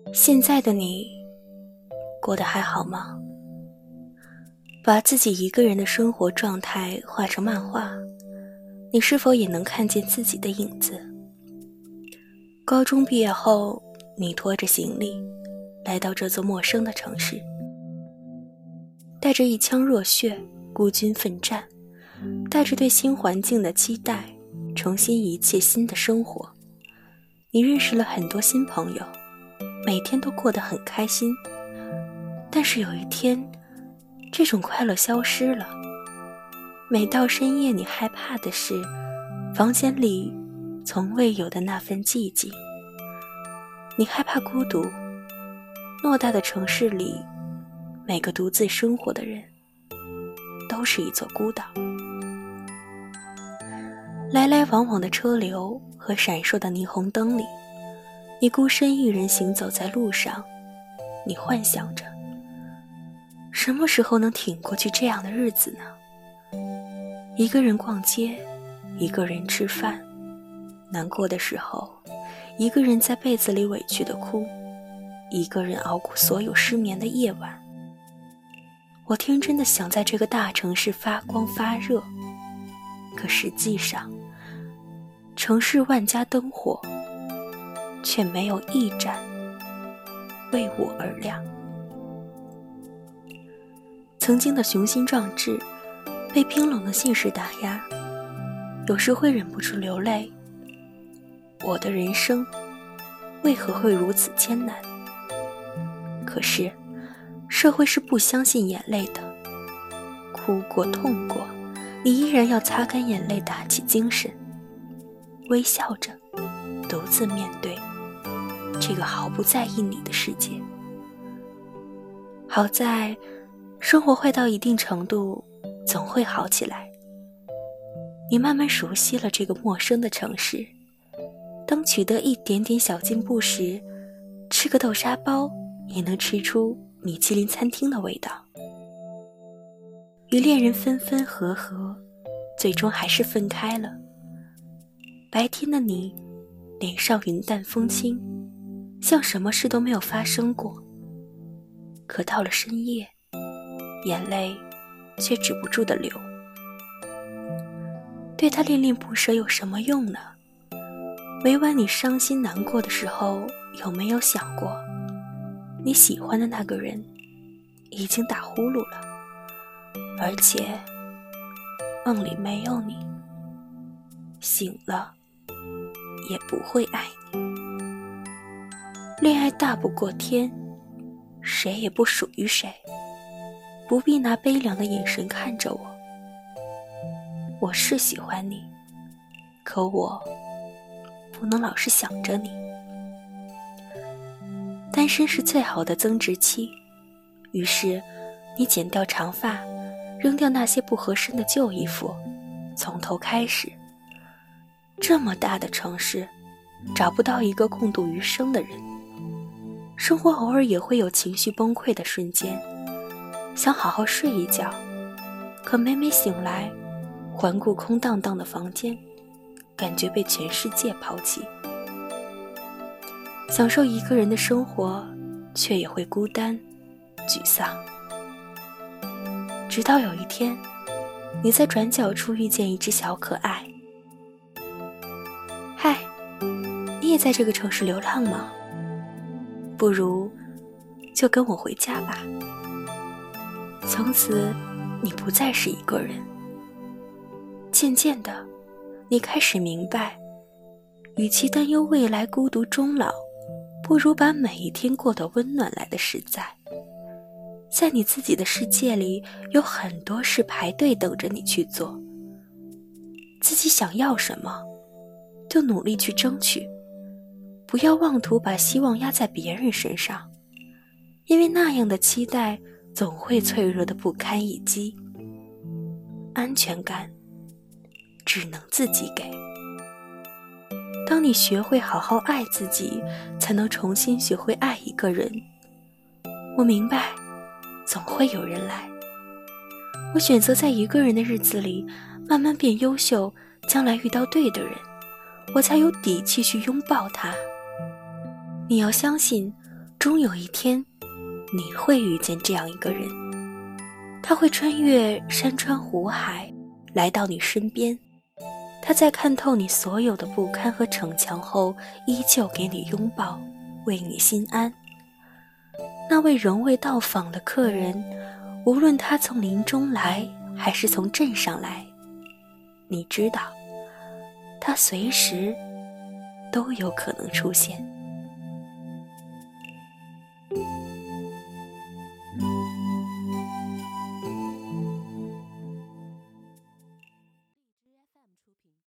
现在的你过得还好吗？把自己一个人的生活状态画成漫画，你是否也能看见自己的影子？高中毕业后，你拖着行李来到这座陌生的城市，带着一腔热血孤军奋战，带着对新环境的期待，重新一切新的生活。你认识了很多新朋友，每天都过得很开心，但是有一天，这种快乐消失了。每到深夜，你害怕的是房间里从未有的那份寂静。你害怕孤独，偌大的城市里，每个独自生活的人都是一座孤岛。来来往往的车流和闪烁的霓虹灯里，你孤身一人行走在路上，你幻想着什么时候能挺过去这样的日子呢？一个人逛街，一个人吃饭，难过的时候一个人在被子里委屈地哭，一个人熬过所有失眠的夜晚。我天真的想在这个大城市发光发热，可实际上城市万家灯火，却没有一盏为我而亮。曾经的雄心壮志被冰冷的现实打压，有时会忍不住流泪。我的人生为何会如此艰难？可是社会是不相信眼泪的，哭过痛过，你依然要擦干眼泪，打起精神，微笑着独自面对这个毫不在意你的世界。好在生活坏到一定程度总会好起来，你慢慢熟悉了这个陌生的城市，当取得一点点小进步时，吃个豆沙包也能吃出米其林餐厅的味道。与恋人分分合合，最终还是分开了。白天的你脸上云淡风轻，像什么事都没有发生过，可到了深夜，眼泪却止不住地流。对他恋恋不舍有什么用呢？每晚你伤心难过的时候，有没有想过你喜欢的那个人已经打呼噜了，而且梦里没有你，醒了也不会爱你。恋爱大不过天，谁也不属于谁，不必拿悲凉的眼神看着我。我是喜欢你，可我不能老是想着你。单身是最好的增值期，于是你剪掉长发，扔掉那些不合身的旧衣服，从头开始。这么大的城市，找不到一个共度余生的人，生活偶尔也会有情绪崩溃的瞬间，想好好睡一觉，可每每醒来，环顾空荡荡的房间，感觉被全世界抛弃。享受一个人的生活，却也会孤单沮丧。直到有一天，你在转角处遇见一只小可爱。嗨，你也在这个城市流浪吗？不如就跟我回家吧。从此你不再是一个人。渐渐的，你开始明白，与其担忧未来孤独终老，不如把每一天过得温暖来的实在。在你自己的世界里，有很多事排队等着你去做。自己想要什么，就努力去争取，不要妄图把希望压在别人身上，因为那样的期待总会脆弱得不堪一击。安全感只能自己给。当你学会好好爱自己，才能重新学会爱一个人。我明白，总会有人来。我选择在一个人的日子里，慢慢变优秀，将来遇到对的人，我才有底气去拥抱他。你要相信， 终有一天，你会遇见这样一个人，他会穿越山川湖海，来到你身边。他在看透你所有的不堪和逞强后，依旧给你拥抱，为你心安。那位仍未到访的客人，无论他从林中来，还是从镇上来，你知道，他随时都有可能出现。